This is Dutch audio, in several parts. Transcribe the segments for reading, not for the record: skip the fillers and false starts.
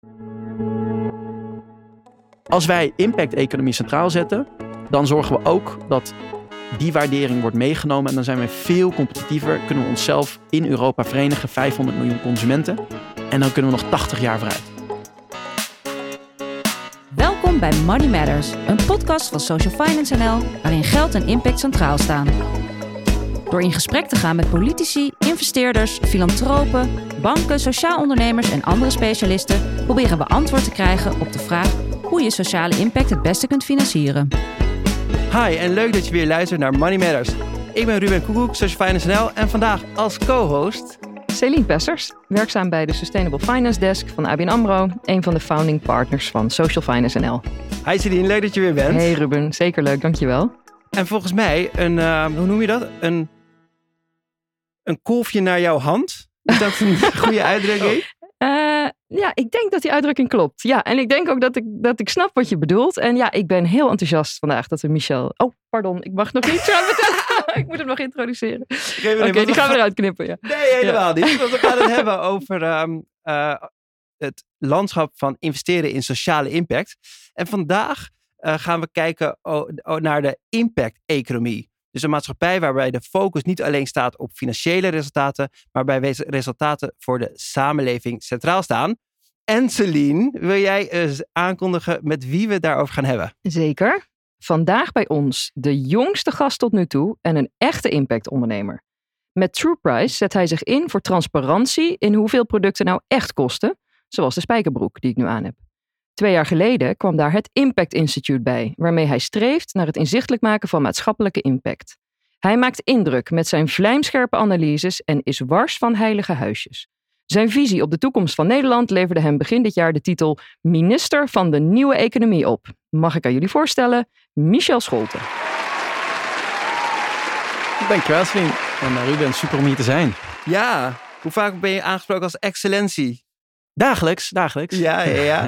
Als wij impact-economie centraal zetten, dan zorgen we ook dat die waardering wordt meegenomen. En dan zijn we veel competitiever. Kunnen we onszelf in Europa verenigen, 500 miljoen consumenten. En dan kunnen we nog 80 jaar vooruit. Welkom bij Money Matters, een podcast van Social Finance NL, waarin geld en impact centraal staan. Door in gesprek te gaan met politici, investeerders, filantropen, banken, sociaal ondernemers en andere specialisten, proberen we antwoord te krijgen op de vraag hoe je sociale impact het beste kunt financieren. Hi en leuk dat je weer luistert naar Money Matters. Ik ben Ruben Koekoek, Social Finance NL en vandaag als co-host Celine Pessers, werkzaam bij de Sustainable Finance Desk van ABN AMRO, een van de founding partners van Social Finance NL. Hi Celine, leuk dat je weer bent. Hey Ruben, zeker leuk, dankjewel. En volgens mij hoe noem je dat? Een kolfje naar jouw hand? Is dat een goede uitdrukking? Ja, ik denk dat die uitdrukking klopt. Ja, en ik denk ook dat ik snap wat je bedoelt. En ja, ik ben heel enthousiast vandaag dat we Michel... Oh, pardon, ik mag nog niet zo meteen. Ik moet hem nog introduceren. Oké, die gaan we eruit knippen, ja. Nee, helemaal niet. Want we gaan het hebben over het landschap van investeren in sociale impact. En vandaag gaan we kijken naar de impact-economie. Dus een maatschappij waarbij de focus niet alleen staat op financiële resultaten, maar waarbij resultaten voor de samenleving centraal staan. En Celine, wil jij eens aankondigen met wie we het daarover gaan hebben? Zeker. Vandaag bij ons de jongste gast tot nu toe en een echte impactondernemer. Met TruePrice zet hij zich in voor transparantie in hoeveel producten nou echt kosten, zoals de spijkerbroek die ik nu aan heb. 2 jaar geleden kwam daar het Impact Institute bij, waarmee hij streeft naar het inzichtelijk maken van maatschappelijke impact. Hij maakt indruk met zijn vlijmscherpe analyses en is wars van heilige huisjes. Zijn visie op de toekomst van Nederland leverde hem begin dit jaar de titel Minister van de Nieuwe Economie op. Mag ik aan jullie voorstellen, Michel Scholten. Dankjewel, Celine. En Ruben, super om hier te zijn. Ja, hoe vaak ben je aangesproken als excellentie? Dagelijks. Ja.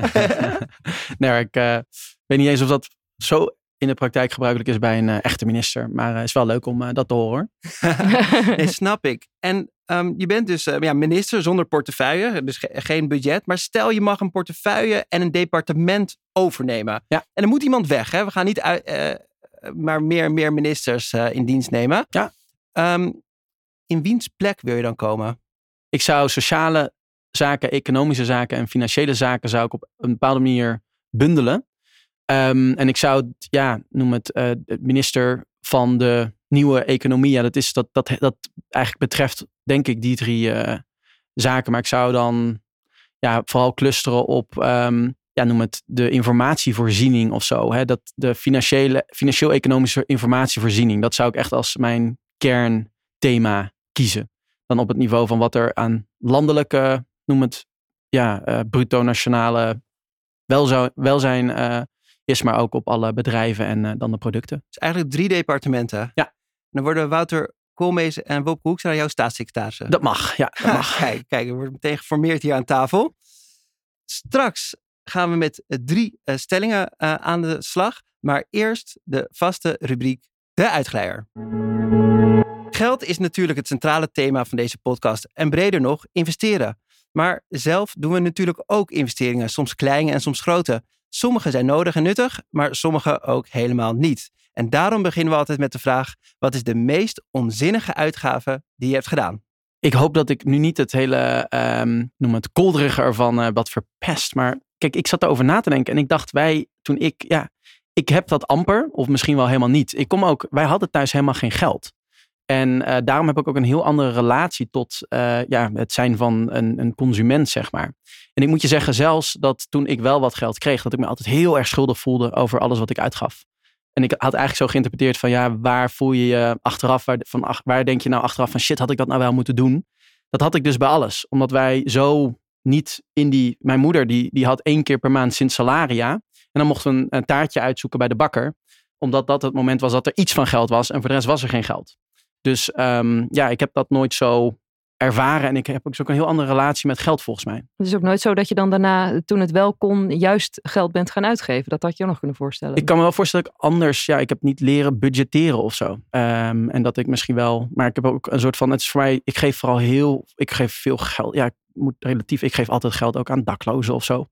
Nee, ik weet niet eens of dat zo in de praktijk gebruikelijk is bij een echte minister. Maar het is wel leuk om dat te horen. Nee, snap ik. En je bent dus minister zonder portefeuille, dus geen budget. Maar stel je mag een portefeuille en een departement overnemen. Ja. En er moet iemand weg. Hè? We gaan niet maar meer ministers in dienst nemen. Ja. In wiens plek wil je dan komen? Ik zou sociale zaken, economische zaken en financiële zaken zou ik op een bepaalde manier bundelen. En ik zou, noem het minister van de nieuwe economie. Ja, dat eigenlijk betreft, denk ik, die 3 zaken. Maar ik zou dan vooral clusteren op, noem het de informatievoorziening of zo. Hè? Dat de financieel-economische informatievoorziening. Dat zou ik echt als mijn kernthema kiezen. Dan op het niveau van wat er aan landelijke, noem het, bruto nationale welzijn is, maar ook op alle bedrijven en dan de producten. Dus eigenlijk 3 departementen. Ja. En dan worden Wouter Koolmees en Wopke Hoekstra jouw staatssecretarissen. Dat mag, ja. Dat mag. Kijk, er wordt meteen geformeerd hier aan tafel. Straks gaan we met 3 stellingen aan de slag. Maar eerst de vaste rubriek De Uitglijder. Geld is natuurlijk het centrale thema van deze podcast. En breder nog, investeren. Maar zelf doen we natuurlijk ook investeringen. Soms kleine en soms grote. Sommige zijn nodig en nuttig, maar sommige ook helemaal niet. En daarom beginnen we altijd met de vraag: wat is de meest onzinnige uitgave die je hebt gedaan? Ik hoop dat ik nu niet het hele, noem het kolderige ervan wat verpest. Maar kijk, ik zat erover na te denken en ik dacht ik heb dat amper of misschien wel helemaal niet. Wij hadden thuis helemaal geen geld. En daarom heb ik ook een heel andere relatie tot het zijn van een consument, zeg maar. En ik moet je zeggen, zelfs dat toen ik wel wat geld kreeg, dat ik me altijd heel erg schuldig voelde over alles wat ik uitgaf. En ik had eigenlijk zo geïnterpreteerd van waar voel je je achteraf, waar denk je nou achteraf van shit, had ik dat nou wel moeten doen? Dat had ik dus bij alles. Omdat wij zo niet mijn moeder die had 1 keer per maand Sint-Salaria. En dan mochten we een taartje uitzoeken bij de bakker. Omdat dat het moment was dat er iets van geld was en voor de rest was er geen geld. Dus ik heb dat nooit zo ervaren. En ik heb ook een heel andere relatie met geld volgens mij. Het is ook nooit zo dat je dan daarna, toen het wel kon, juist geld bent gaan uitgeven. Dat had je ook nog kunnen voorstellen. Ik kan me wel voorstellen dat ik anders, ik heb niet leren budgetteren of zo. En dat ik misschien wel, maar ik heb ook een soort van, het is voor mij, ik geef veel geld. Ja, ik geef altijd geld ook aan daklozen of zo.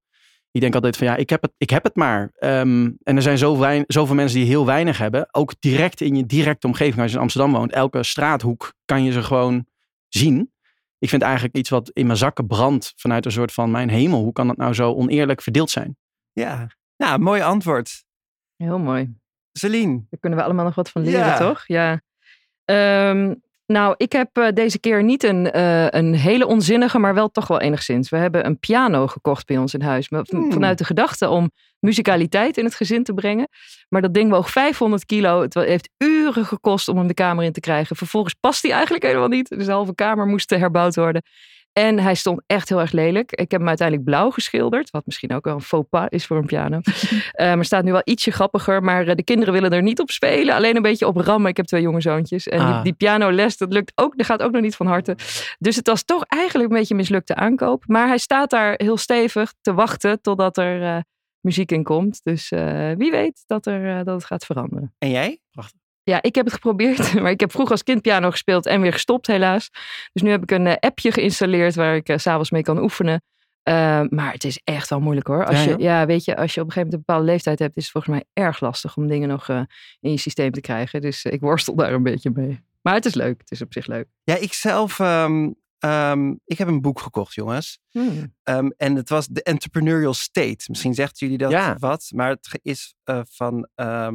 Ik denk altijd van ik heb het maar. En er zijn zoveel mensen die heel weinig hebben. Ook direct in je directe omgeving. Als je in Amsterdam woont, elke straathoek kan je ze gewoon zien. Ik vind eigenlijk iets wat in mijn zakken brandt vanuit een soort van mijn hemel. Hoe kan dat nou zo oneerlijk verdeeld zijn? Ja, nou, mooi antwoord. Heel mooi. Celine. Daar kunnen we allemaal nog wat van leren, Ja. toch? Ja. Nou, ik heb deze keer niet een hele onzinnige, maar wel toch wel enigszins. We hebben een piano gekocht bij ons in huis. Vanuit de gedachte om muzikaliteit in het gezin te brengen. Maar dat ding woog 500 kilo. Het heeft uren gekost om hem de kamer in te krijgen. Vervolgens past hij eigenlijk helemaal niet. Dus de halve kamer moest herbouwd worden. En hij stond echt heel erg lelijk. Ik heb hem uiteindelijk blauw geschilderd. Wat misschien ook wel een faux pas is voor een piano. Maar staat nu wel ietsje grappiger. Maar de kinderen willen er niet op spelen. Alleen een beetje op rammen. Ik heb 2 jonge zoontjes. En die pianoles, dat gaat ook nog niet van harte. Dus het was toch eigenlijk een beetje een mislukte aankoop. Maar hij staat daar heel stevig te wachten totdat er muziek in komt. Dus wie weet dat het gaat veranderen. En jij? Prachtig. Ja, ik heb het geprobeerd, maar ik heb vroeger als kind piano gespeeld en weer gestopt helaas. Dus nu heb ik een appje geïnstalleerd waar ik 's avonds mee kan oefenen. Maar het is echt wel moeilijk hoor. Als je op een gegeven moment een bepaalde leeftijd hebt, is het volgens mij erg lastig om dingen nog in je systeem te krijgen. Dus ik worstel daar een beetje mee. Maar het is leuk, het is op zich leuk. Ja, ik zelf, ik heb een boek gekocht, jongens. En het was The Entrepreneurial State. Misschien zegt jullie dat wat, maar het is van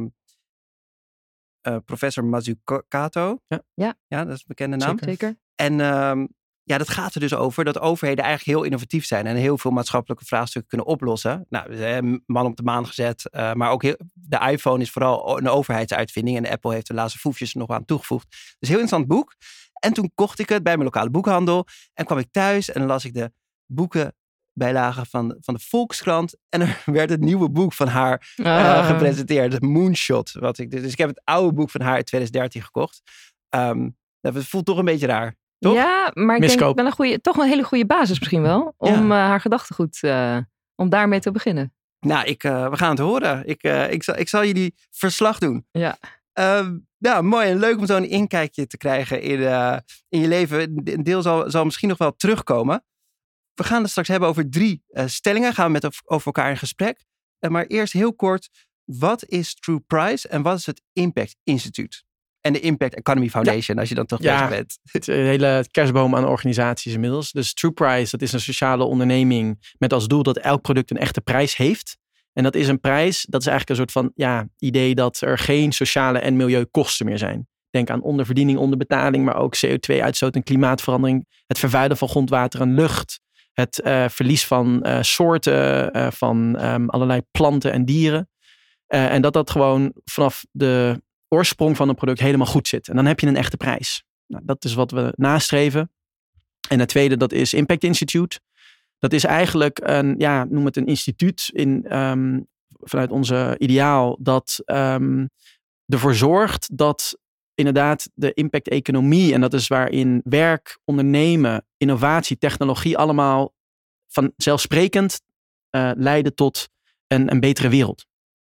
professor Mazzucato. Ja, dat is een bekende naam. Zeker. En dat gaat er dus over dat overheden eigenlijk heel innovatief zijn en heel veel maatschappelijke vraagstukken kunnen oplossen. Nou, we hebben man op de maan gezet, maar ook de iPhone is vooral een overheidsuitvinding en Apple heeft de laatste foefjes er nog aan toegevoegd. Dus heel interessant boek. En toen kocht ik het bij mijn lokale boekhandel en kwam ik thuis en dan las ik de boekenbijlagen van de Volkskrant en er werd het nieuwe boek van haar gepresenteerd, Moonshot. Dus ik heb het oude boek van haar uit 2013 gekocht. Het voelt toch een beetje raar. Toch? Ja, maar ik denk wel toch een hele goede basis misschien wel. Om haar gedachtegoed, om daarmee te beginnen. Nou, we gaan het horen. Ik zal jullie verslag doen. Ja. Mooi en leuk om zo'n inkijkje te krijgen in je leven. Een deel zal misschien nog wel terugkomen. We gaan het straks hebben over 3 stellingen. Gaan we over elkaar in gesprek. Maar eerst heel kort. Wat is True Price en wat is het Impact Instituut? En de Impact Economy Foundation, als je dan toch bezig bent. Het hele kerstboom aan organisaties inmiddels. Dus True Price, dat is een sociale onderneming met als doel dat elk product een echte prijs heeft. En dat is een prijs, dat is eigenlijk een soort van idee dat er geen sociale en milieukosten meer zijn. Denk aan onderverdiening, onderbetaling, maar ook CO2-uitstoot en klimaatverandering. Het vervuilen van grondwater en lucht. Het verlies van soorten van allerlei planten en dieren. En dat gewoon vanaf de oorsprong van een product helemaal goed zit. En dan heb je een echte prijs. Nou, dat is wat we nastreven. En het tweede, dat is Impact Institute. Dat is eigenlijk noem het een instituut vanuit onze ideaal dat ervoor zorgt dat inderdaad de impact-economie, en dat is waarin werk, ondernemen, innovatie, technologie allemaal vanzelfsprekend leiden tot een betere wereld.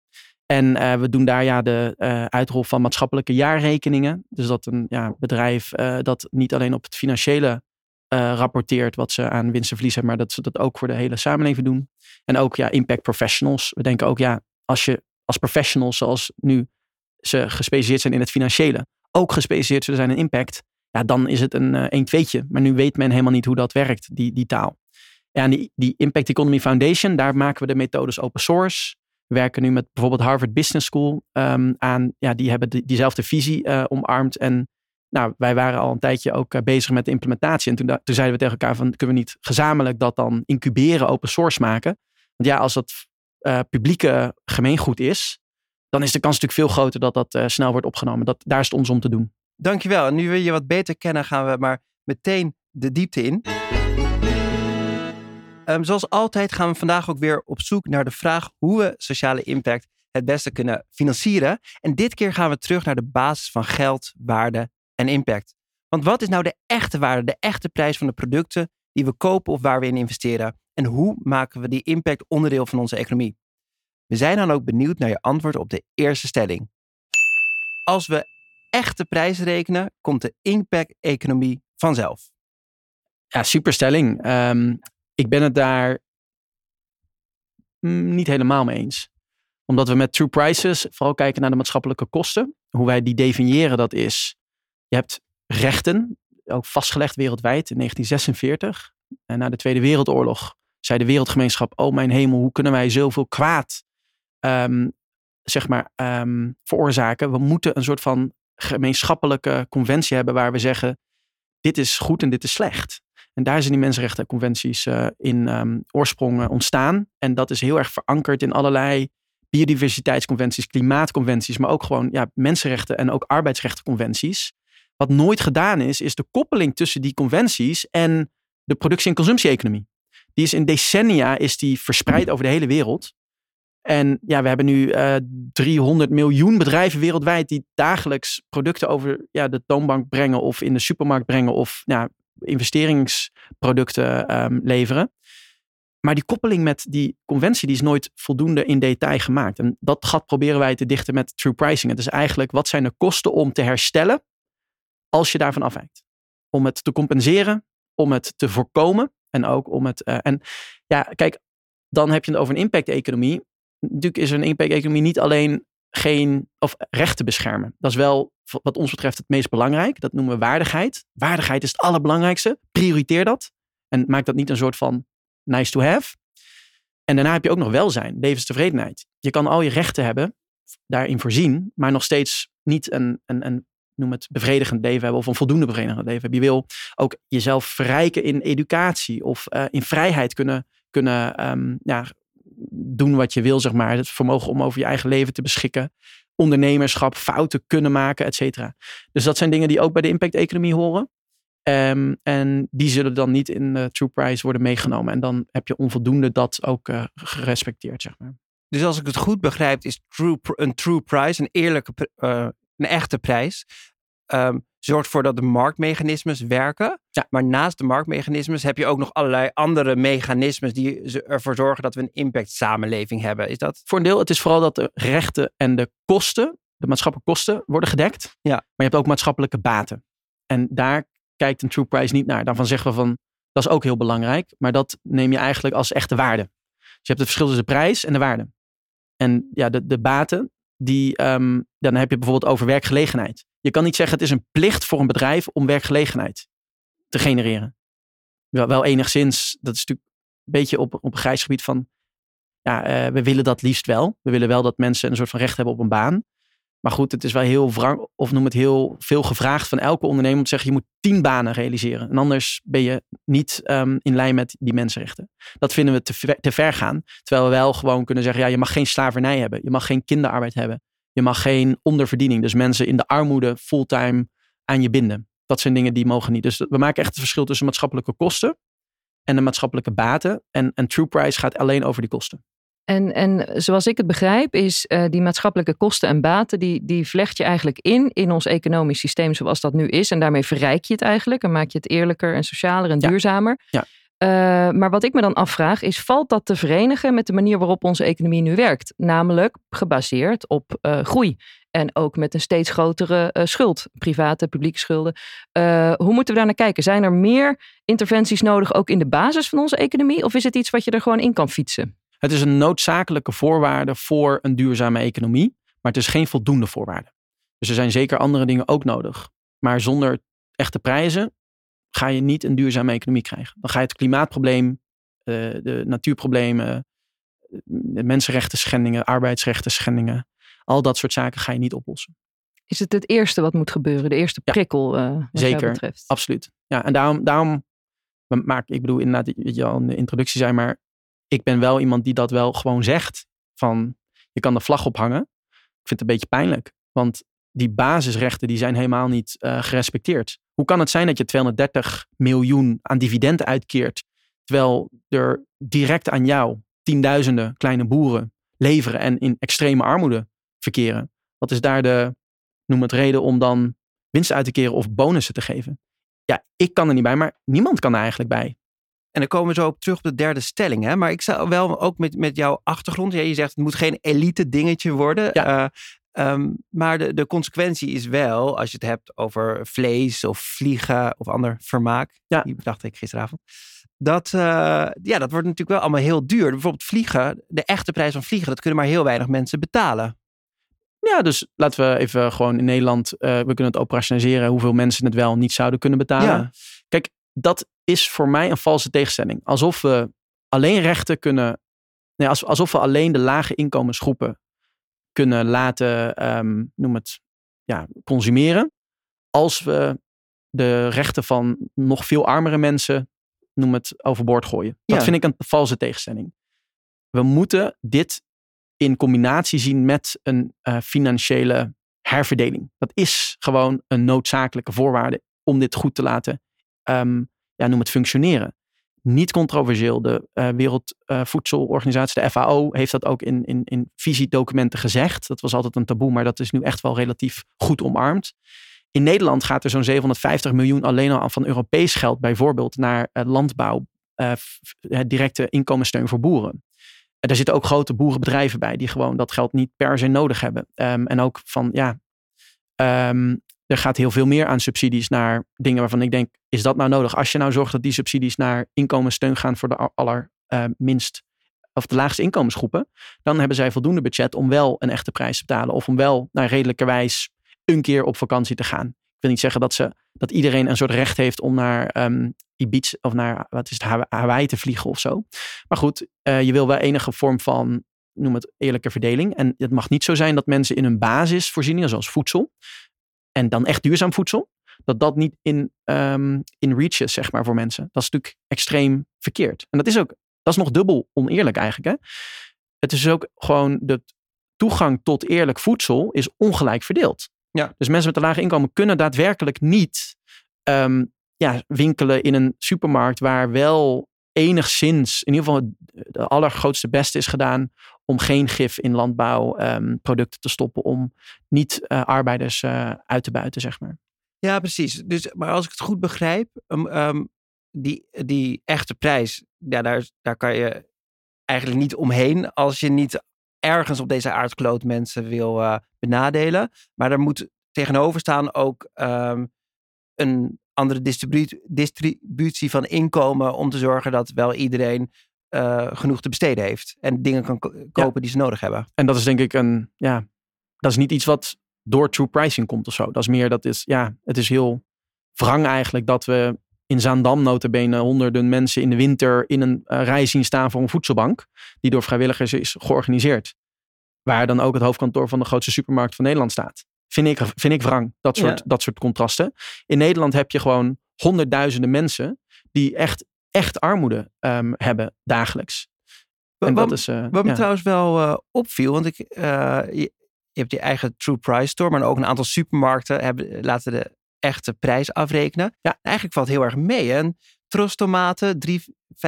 En we doen daar de uitrol van maatschappelijke jaarrekeningen. Dus dat een bedrijf dat niet alleen op het financiële rapporteert wat ze aan winst en verlies hebben, maar dat ze dat ook voor de hele samenleving doen. En ook impact professionals. We denken ook als je als professionals zoals nu ze gespecialiseerd zijn in het financiële, ook gespecialiseerd zullen zijn in impact, dan is het een 1-2'tje. Maar nu weet men helemaal niet hoe dat werkt, die taal. Ja, en die Impact Economy Foundation, daar maken we de methodes open source. We werken nu met bijvoorbeeld Harvard Business School aan. Ja, die hebben diezelfde visie omarmd. En wij waren al een tijdje ook bezig met de implementatie. En toen zeiden we tegen elkaar van, kunnen we niet gezamenlijk dat dan incuberen, open source maken? Want als dat publieke gemeengoed is, dan is de kans natuurlijk veel groter dat dat snel wordt opgenomen. Daar is het ons om te doen. Dankjewel. En nu we je wat beter kennen, gaan we maar meteen de diepte in. Zoals altijd gaan we vandaag ook weer op zoek naar de vraag hoe we sociale impact het beste kunnen financieren. En dit keer gaan we terug naar de basis van geld, waarde en impact. Want wat is nou de echte waarde, de echte prijs van de producten die we kopen of waar we in investeren? En hoe maken we die impact onderdeel van onze economie? We zijn dan ook benieuwd naar je antwoord op de eerste stelling. Als we echte prijzen rekenen, komt de impact-economie vanzelf. Ja, superstelling. Ik ben het daar Niet helemaal mee eens. Omdat we met true prices vooral kijken naar de maatschappelijke kosten. Hoe wij die definiëren, dat is, je hebt rechten, ook vastgelegd wereldwijd in 1946. En na de Tweede Wereldoorlog zei de wereldgemeenschap, oh mijn hemel, hoe kunnen wij zoveel kwaad veroorzaken? We moeten een soort van gemeenschappelijke conventie hebben waar we zeggen, dit is goed en dit is slecht. En daar zijn die mensenrechtenconventies in oorsprong ontstaan. En dat is heel erg verankerd in allerlei biodiversiteitsconventies, klimaatconventies, maar ook gewoon mensenrechten en ook arbeidsrechtenconventies. Wat nooit gedaan is de koppeling tussen die conventies en de productie- en consumptie-economie. Die is in decennia verspreid over de hele wereld. En we hebben nu 300 miljoen bedrijven wereldwijd die dagelijks producten over de toonbank brengen of in de supermarkt brengen of investeringsproducten leveren. Maar die koppeling met die conventie die is nooit voldoende in detail gemaakt. En dat gat proberen wij te dichten met true pricing. Het is eigenlijk, wat zijn de kosten om te herstellen als je daarvan afwijkt? Om het te compenseren, om het te voorkomen en ook om het... kijk, dan heb je het over een impact-economie. Natuurlijk is een impact-economie niet alleen rechten beschermen. Dat is wel wat ons betreft het meest belangrijk. Dat noemen we waardigheid. Waardigheid is het allerbelangrijkste. Prioriteer dat. En maak dat niet een soort van nice to have. En daarna heb je ook nog welzijn, levenstevredenheid. Je kan al je rechten hebben, daarin voorzien, maar nog steeds niet een noem het bevredigend leven hebben of een voldoende bevredigend leven hebben. Je wil ook jezelf verrijken in educatie of in vrijheid kunnen doen wat je wil, zeg maar. Het vermogen om over je eigen leven te beschikken. Ondernemerschap, fouten kunnen maken, et cetera. Dus dat zijn dingen die ook bij de impact-economie horen. En die zullen dan niet in de true price worden meegenomen. En dan heb je onvoldoende dat ook gerespecteerd, zeg maar. Dus als ik het goed begrijp, is een true price, een eerlijke, een echte prijs, zorgt ervoor dat de marktmechanismes werken. Ja. Maar naast de marktmechanismes heb je ook nog allerlei andere mechanismes die ervoor zorgen dat we een impact-samenleving hebben. Is dat? Voor een deel, het is vooral dat de rechten en de kosten, de maatschappelijke kosten, worden gedekt. Ja. Maar je hebt ook maatschappelijke baten. En daar kijkt een true price niet naar. Daarvan zeggen we van, dat is ook heel belangrijk. Maar dat neem je eigenlijk als echte waarde. Dus je hebt het verschil tussen de prijs en de waarde. En de baten, dan heb je bijvoorbeeld over werkgelegenheid. Je kan niet zeggen, het is een plicht voor een bedrijf om werkgelegenheid te genereren. Wel enigszins, dat is natuurlijk een beetje op een grijs gebied van, we willen dat liefst wel. We willen wel dat mensen een soort van recht hebben op een baan. Maar goed, het is wel heel wrang, of noem het heel veel gevraagd van elke ondernemer om te zeggen, je moet 10 banen realiseren. En anders ben je niet in lijn met die mensenrechten. Dat vinden we te ver gaan. Terwijl we wel gewoon kunnen zeggen, je mag geen slavernij hebben. Je mag geen kinderarbeid hebben. Je mag geen onderverdiening. Dus mensen in de armoede fulltime aan je binden. Dat zijn dingen die mogen niet. Dus we maken echt het verschil tussen maatschappelijke kosten en de maatschappelijke baten. En true price gaat alleen over die kosten. En zoals ik het begrijp is die maatschappelijke kosten en baten, die vlecht je eigenlijk in ons economisch systeem zoals dat nu is. En daarmee verrijk je het eigenlijk en maak je het eerlijker en socialer en duurzamer. Ja. Maar wat ik me dan afvraag is, valt dat te verenigen met de manier waarop onze economie nu werkt? Namelijk gebaseerd op groei. En ook met een steeds grotere schuld. Private, publieke schulden. Hoe moeten we daar naar kijken? Zijn er meer interventies nodig ook in de basis van onze economie? Of is het iets wat je er gewoon in kan fietsen? Het is een noodzakelijke voorwaarde voor een duurzame economie. Maar het is geen voldoende voorwaarde. Dus er zijn zeker andere dingen ook nodig. Maar zonder echte prijzen ga je niet een duurzame economie krijgen. Dan ga je het klimaatprobleem, de natuurproblemen, de mensenrechten schendingen, arbeidsrechten schendingen, al dat soort zaken ga je niet oplossen. Is het eerste wat moet gebeuren? De eerste prikkel wat zeker, jou betreft? Absoluut. Ja, en daarom ik bedoel inderdaad, wat je al in de introductie zei, maar ik ben wel iemand die dat wel gewoon zegt. Van, je kan de vlag ophangen. Ik vind het een beetje pijnlijk. Want die basisrechten die zijn helemaal niet gerespecteerd. Hoe kan het zijn dat je 230 miljoen aan dividenden uitkeert, terwijl er direct aan jou tienduizenden kleine boeren leveren en in extreme armoede verkeren? Wat is daar noem het reden om dan winst uit te keren of bonussen te geven? Ja, ik kan er niet bij, maar niemand kan er eigenlijk bij. En dan komen we zo op terug op de derde stelling. Hè? Maar ik zou wel ook met jouw achtergrond. Ja, je zegt het moet geen elite dingetje worden. Ja. Maar de consequentie is wel, als je het hebt over vlees of vliegen of ander vermaak. Ja. Die bedacht ik gisteravond. Dat wordt natuurlijk wel allemaal heel duur. Bijvoorbeeld vliegen, de echte prijs van vliegen, dat kunnen maar heel weinig mensen betalen. Ja, dus laten we even gewoon in Nederland, we kunnen het operationaliseren hoeveel mensen het wel niet zouden kunnen betalen. Ja. Kijk, dat is voor mij een valse tegenstelling. Alsof we alleen rechten kunnen, alsof we alleen de lage inkomensgroepen kunnen laten, consumeren. Als we de rechten van nog veel armere mensen, overboord gooien. Dat vind ik een valse tegenstelling. We moeten dit in combinatie zien met een financiële herverdeling. Dat is gewoon een noodzakelijke voorwaarde om dit goed te laten functioneren. Niet controversieel. De Wereldvoedselorganisatie, de FAO, heeft dat ook in visiedocumenten gezegd. Dat was altijd een taboe, maar dat is nu echt wel relatief goed omarmd. In Nederland gaat er zo'n 750 miljoen alleen al van Europees geld bijvoorbeeld naar landbouw, directe inkomenssteun voor boeren. Daar zitten ook grote boerenbedrijven bij die gewoon dat geld niet per se nodig hebben. En ook er gaat heel veel meer aan subsidies naar dingen waarvan ik denk, is dat nou nodig? Als je nou zorgt dat die subsidies naar inkomenssteun gaan voor de allerminst of de laagste inkomensgroepen, dan hebben zij voldoende budget om wel een echte prijs te betalen of om wel redelijkerwijs een keer op vakantie te gaan. Ik wil niet zeggen dat iedereen een soort recht heeft om naar Ibiza of naar Hawaii te vliegen of zo. Maar goed, je wil wel enige vorm van, noem het eerlijke verdeling. En het mag niet zo zijn dat mensen in hun basisvoorzieningen, zoals voedsel, en dan echt duurzaam voedsel, dat niet in reach is, zeg maar, voor mensen. Dat is natuurlijk extreem verkeerd. En dat is nog dubbel oneerlijk eigenlijk. Hè? Het is ook gewoon de toegang tot eerlijk voedsel is ongelijk verdeeld. Ja. Dus mensen met een laag inkomen kunnen daadwerkelijk niet winkelen in een supermarkt waar wel enigszins, in ieder geval de allergrootste beste is gedaan om geen gif in landbouwproducten te stoppen, om niet arbeiders uit te buiten, zeg maar. Ja, precies. Dus, maar als ik het goed begrijp, die echte prijs, daar kan je eigenlijk niet omheen als je niet ergens op deze aardkloot mensen wil benadelen. Maar er moet tegenover staan ook een andere distributie van inkomen om te zorgen dat wel iedereen genoeg te besteden heeft. En dingen kan kopen die ze nodig hebben. En dat is denk ik dat is niet iets wat door true pricing komt of zo. Dat is meer, het is heel wrang eigenlijk dat we in Zaandam nota bene honderden mensen in de winter in een rij zien staan voor een voedselbank die door vrijwilligers is georganiseerd. Waar dan ook het hoofdkantoor van de grootste supermarkt van Nederland staat. Vind ik wrang, dat soort contrasten. In Nederland heb je gewoon honderdduizenden mensen die echt armoede hebben dagelijks. Wat me trouwens wel opviel, want je hebt je eigen True Price Store, maar ook een aantal supermarkten laten de echte prijs afrekenen. Ja. Eigenlijk valt heel erg mee. Hè? Een trostomaten 3,97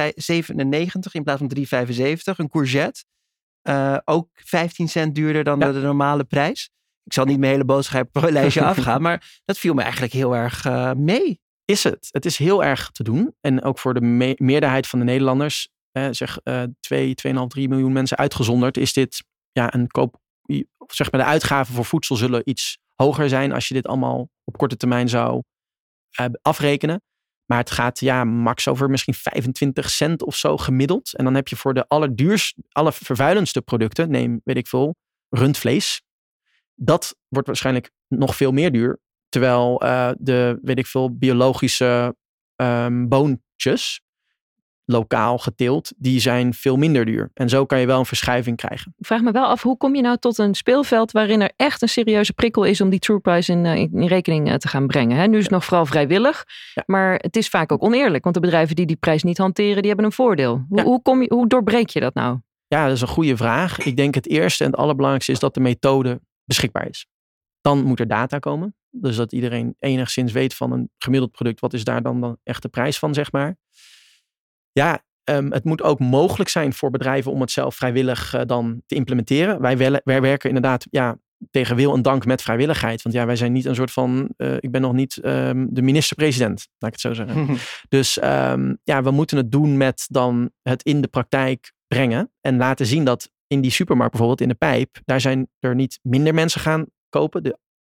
in plaats van 3,75. Een courgette ook 15 cent duurder dan de normale prijs. Ik zal niet mijn hele boodschappenlijstje afgaan, maar dat viel me eigenlijk heel erg mee. Is het? Het is heel erg te doen. En ook voor de meerderheid van de Nederlanders, 2,5, 3 miljoen mensen uitgezonderd, is dit een koop. Zeg maar, de uitgaven voor voedsel zullen iets hoger zijn als je dit allemaal op korte termijn zou afrekenen. Maar het gaat max over misschien 25 cent of zo gemiddeld. En dan heb je voor de allervervuilendste producten, neem, weet ik veel, rundvlees. Dat wordt waarschijnlijk nog veel meer duur. Terwijl de, weet ik veel, biologische boontjes, lokaal geteeld, die zijn veel minder duur. En zo kan je wel een verschuiving krijgen. Ik vraag me wel af, hoe kom je nou tot een speelveld waarin er echt een serieuze prikkel is om die true price in rekening te gaan brengen? Hè? Nu is het nog vooral vrijwillig, maar het is vaak ook oneerlijk, want de bedrijven die prijs niet hanteren, die hebben een voordeel. Hoe doorbreek je dat nou? Ja, dat is een goede vraag. Ik denk het eerste en het allerbelangrijkste is dat de methode beschikbaar is. Dan moet er data komen. Dus dat iedereen enigszins weet van een gemiddeld product, wat is daar dan echt de prijs van, zeg maar. Ja, het moet ook mogelijk zijn voor bedrijven om het zelf vrijwillig dan te implementeren. Wij werken inderdaad tegen wil en dank met vrijwilligheid. Want wij zijn niet een soort van, ik ben nog niet de minister-president, laat ik het zo zeggen. Dus we moeten het doen met dan het in de praktijk brengen. En laten zien dat in die supermarkt bijvoorbeeld, in de Pijp, daar zijn er niet minder mensen gaan kopen. De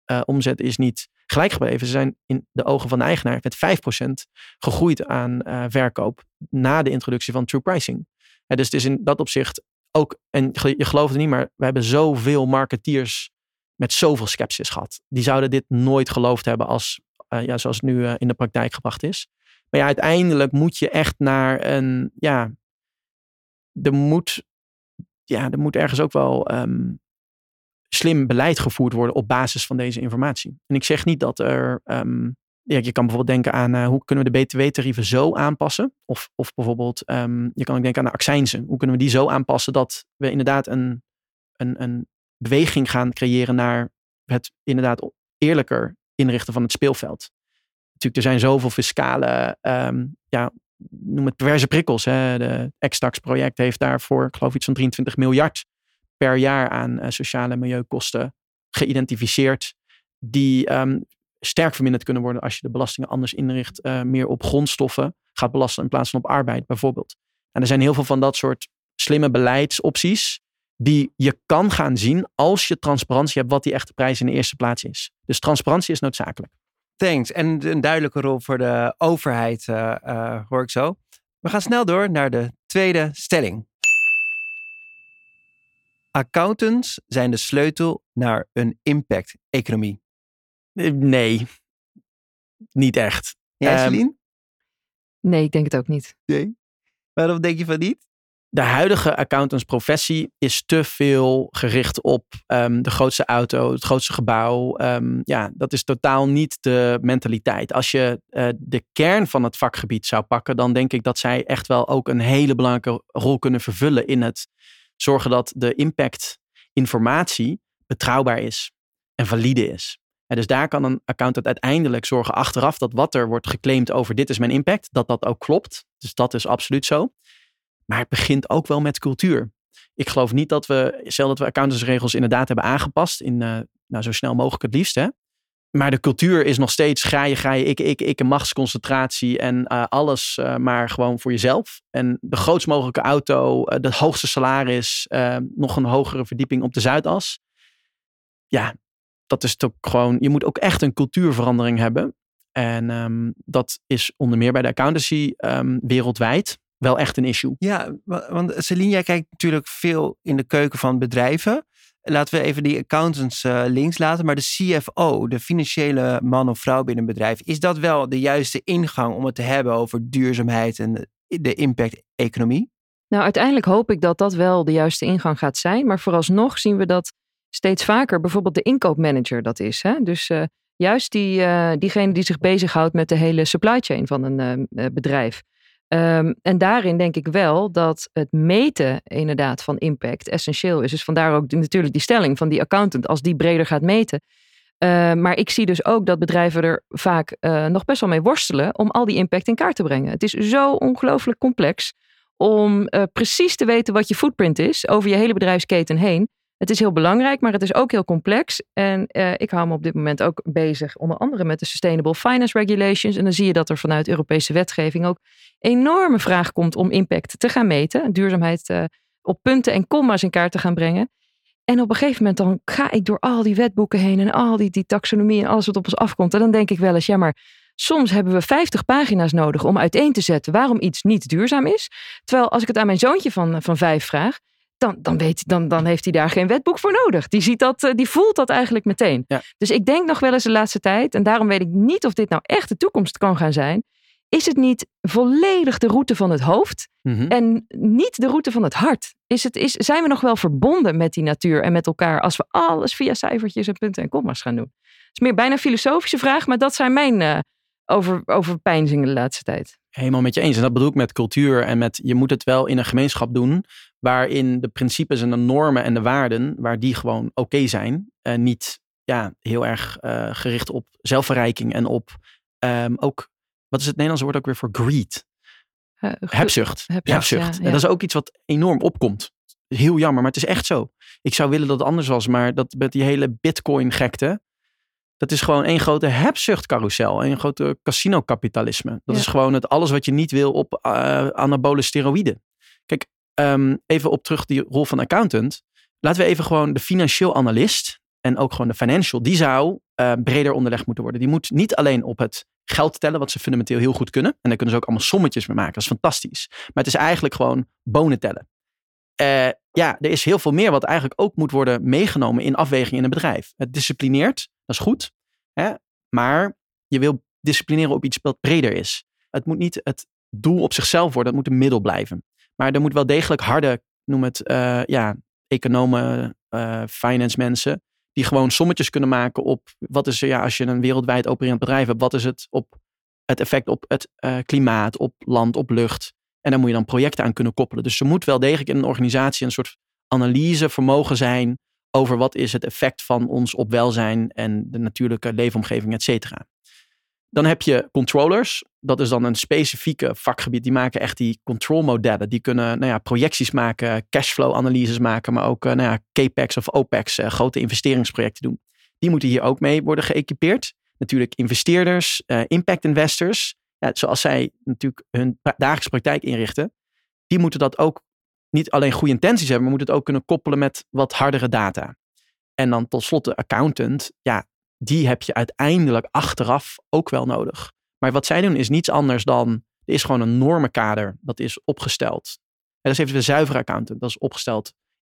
omzet is niet gelijk gebleven. Ze zijn in de ogen van de eigenaar met 5% gegroeid aan verkoop na de introductie van True Pricing. Dus het is in dat opzicht ook, en je gelooft het niet, maar we hebben zoveel marketeers met zoveel sceptisch gehad. Die zouden dit nooit geloofd hebben als, zoals het nu in de praktijk gebracht is. Maar ja, uiteindelijk moet je echt naar een, er moet ergens ook wel slim beleid gevoerd worden op basis van deze informatie. En ik zeg niet dat er, je kan bijvoorbeeld denken aan hoe kunnen we de btw-tarieven zo aanpassen? Of bijvoorbeeld, je kan ook denken aan de accijnzen. Hoe kunnen we die zo aanpassen dat we inderdaad een beweging gaan creëren naar het inderdaad eerlijker inrichten van het speelveld. Natuurlijk, er zijn zoveel fiscale, noem het perverse prikkels. Hè. De X-Tax-project heeft daarvoor, ik geloof iets van 23 miljard per jaar aan sociale milieukosten geïdentificeerd. Die sterk verminderd kunnen worden als je de belastingen anders inricht. Meer op grondstoffen gaat belasten in plaats van op arbeid bijvoorbeeld. En er zijn heel veel van dat soort slimme beleidsopties die je kan gaan zien als je transparantie hebt wat die echte prijs in de eerste plaats is. Dus transparantie is noodzakelijk. Thanks. En een duidelijke rol voor de overheid hoor ik zo. We gaan snel door naar de tweede stelling. Accountants zijn de sleutel naar een impact-economie. Nee, niet echt. Jij, Celine? Nee, ik denk het ook niet. Nee. Waarom denk je van niet? De huidige accountantsprofessie is te veel gericht op de grootste auto, het grootste gebouw. Dat is totaal niet de mentaliteit. Als je de kern van het vakgebied zou pakken, dan denk ik dat zij echt wel ook een hele belangrijke rol kunnen vervullen in het zorgen dat de impactinformatie betrouwbaar is en valide is. En dus daar kan een accountant uiteindelijk zorgen achteraf dat wat er wordt geclaimd over dit is mijn impact, dat ook klopt. Dus dat is absoluut zo. Maar het begint ook wel met cultuur. Ik geloof niet dat we accountantsregels inderdaad hebben aangepast in zo snel mogelijk het liefst. Hè? Maar de cultuur is nog steeds ga je, ik, een machtsconcentratie en alles maar gewoon voor jezelf. En de grootst mogelijke auto, het hoogste salaris, nog een hogere verdieping op de Zuidas. Ja, dat is toch gewoon, je moet ook echt een cultuurverandering hebben. En dat is onder meer bij de accountancy wereldwijd wel echt een issue. Ja, want Celine, jij kijkt natuurlijk veel in de keuken van bedrijven. Laten we even die accountants links laten. Maar de CFO, de financiële man of vrouw binnen een bedrijf, is dat wel de juiste ingang om het te hebben over duurzaamheid en de impact-economie? Nou, uiteindelijk hoop ik dat dat wel de juiste ingang gaat zijn. Maar vooralsnog zien we dat steeds vaker bijvoorbeeld de inkoopmanager dat is. Hè? Dus juist diegene die zich bezighoudt met de hele supply chain van een bedrijf. En daarin denk ik wel dat het meten inderdaad van impact essentieel is. Dus vandaar ook natuurlijk die stelling van die accountant als die breder gaat meten. Maar ik zie dus ook dat bedrijven er vaak nog best wel mee worstelen om al die impact in kaart te brengen. Het is zo ongelooflijk complex om precies te weten wat je footprint is over je hele bedrijfsketen heen. Het is heel belangrijk, maar het is ook heel complex. En ik hou me op dit moment ook bezig, onder andere met de Sustainable Finance Regulations. En dan zie je dat er vanuit Europese wetgeving ook enorme vraag komt om impact te gaan meten. Duurzaamheid op punten en komma's in kaart te gaan brengen. En op een gegeven moment dan ga ik door al die wetboeken heen en al die taxonomie en alles wat op ons afkomt. En dan denk ik wel eens, ja maar soms hebben we 50 pagina's nodig om uiteen te zetten waarom iets niet duurzaam is. Terwijl als ik het aan mijn zoontje van 5 vraag, dan heeft hij daar geen wetboek voor nodig. Die ziet dat, die voelt dat eigenlijk meteen. Ja. Dus ik denk nog wel eens de laatste tijd, en daarom weet ik niet of dit nou echt de toekomst kan gaan zijn, is het niet volledig de route van het hoofd en niet de route van het hart? Zijn we nog wel verbonden met die natuur en met elkaar als we alles via cijfertjes en punten en komma's gaan doen? Het is meer bijna een filosofische vraag, maar dat zijn mijn overpeinzingen de laatste tijd. Helemaal met je eens. En dat bedoel ik met cultuur en met je moet het wel in een gemeenschap doen waarin de principes en de normen en de waarden, waar die gewoon oké zijn. Niet heel erg gericht op zelfverrijking en op ook, wat is het Nederlandse woord ook weer voor greed? Hebzucht. Ja. En dat is ook iets wat enorm opkomt. Heel jammer, maar het is echt zo. Ik zou willen dat het anders was, maar dat met die hele Bitcoin gekte, dat is gewoon één grote hebzuchtcarousel. Een grote casino-kapitalisme. Dat is gewoon het alles wat je niet wil op anabole steroïden. Kijk, even op terug die rol van accountant. Laten we even gewoon de financieel analist en ook gewoon de financial, die zou breder onderlegd moeten worden. Die moet niet alleen op het geld tellen, wat ze fundamenteel heel goed kunnen. En daar kunnen ze ook allemaal sommetjes mee maken. Dat is fantastisch. Maar het is eigenlijk gewoon bonen tellen. Er is heel veel meer wat eigenlijk ook moet worden meegenomen in afweging in een bedrijf. Het disciplineert, dat is goed. Maar je wil disciplineren op iets wat breder is. Het moet niet het doel op zichzelf worden. Het moet een middel blijven. Maar er moet wel degelijk harde, noem het, economen, finance mensen, die gewoon sommetjes kunnen maken op wat is er, als je een wereldwijd opererend bedrijf hebt, wat is het op het effect op het klimaat, op land, op lucht. En daar moet je dan projecten aan kunnen koppelen. Dus er moet wel degelijk in een organisatie een soort analyse vermogen zijn over wat is het effect van ons op welzijn en de natuurlijke leefomgeving, et cetera. Dan heb je controllers. Dat is dan een specifieke vakgebied. Die maken echt die controlmodellen. Die kunnen projecties maken, cashflow-analyses maken, maar ook CAPEX of OPEX, grote investeringsprojecten doen. Die moeten hier ook mee worden geëquipeerd. Natuurlijk investeerders, impact investors. Zoals zij natuurlijk hun dagelijkse praktijk inrichten. Die moeten dat ook niet alleen goede intenties hebben, maar moeten het ook kunnen koppelen met wat hardere data. En dan tot slot de accountant. Die heb je uiteindelijk achteraf ook wel nodig. Maar wat zij doen is niets anders dan, er is gewoon een normenkader dat is opgesteld. En dat is even de zuivere accountant. Dat is opgesteld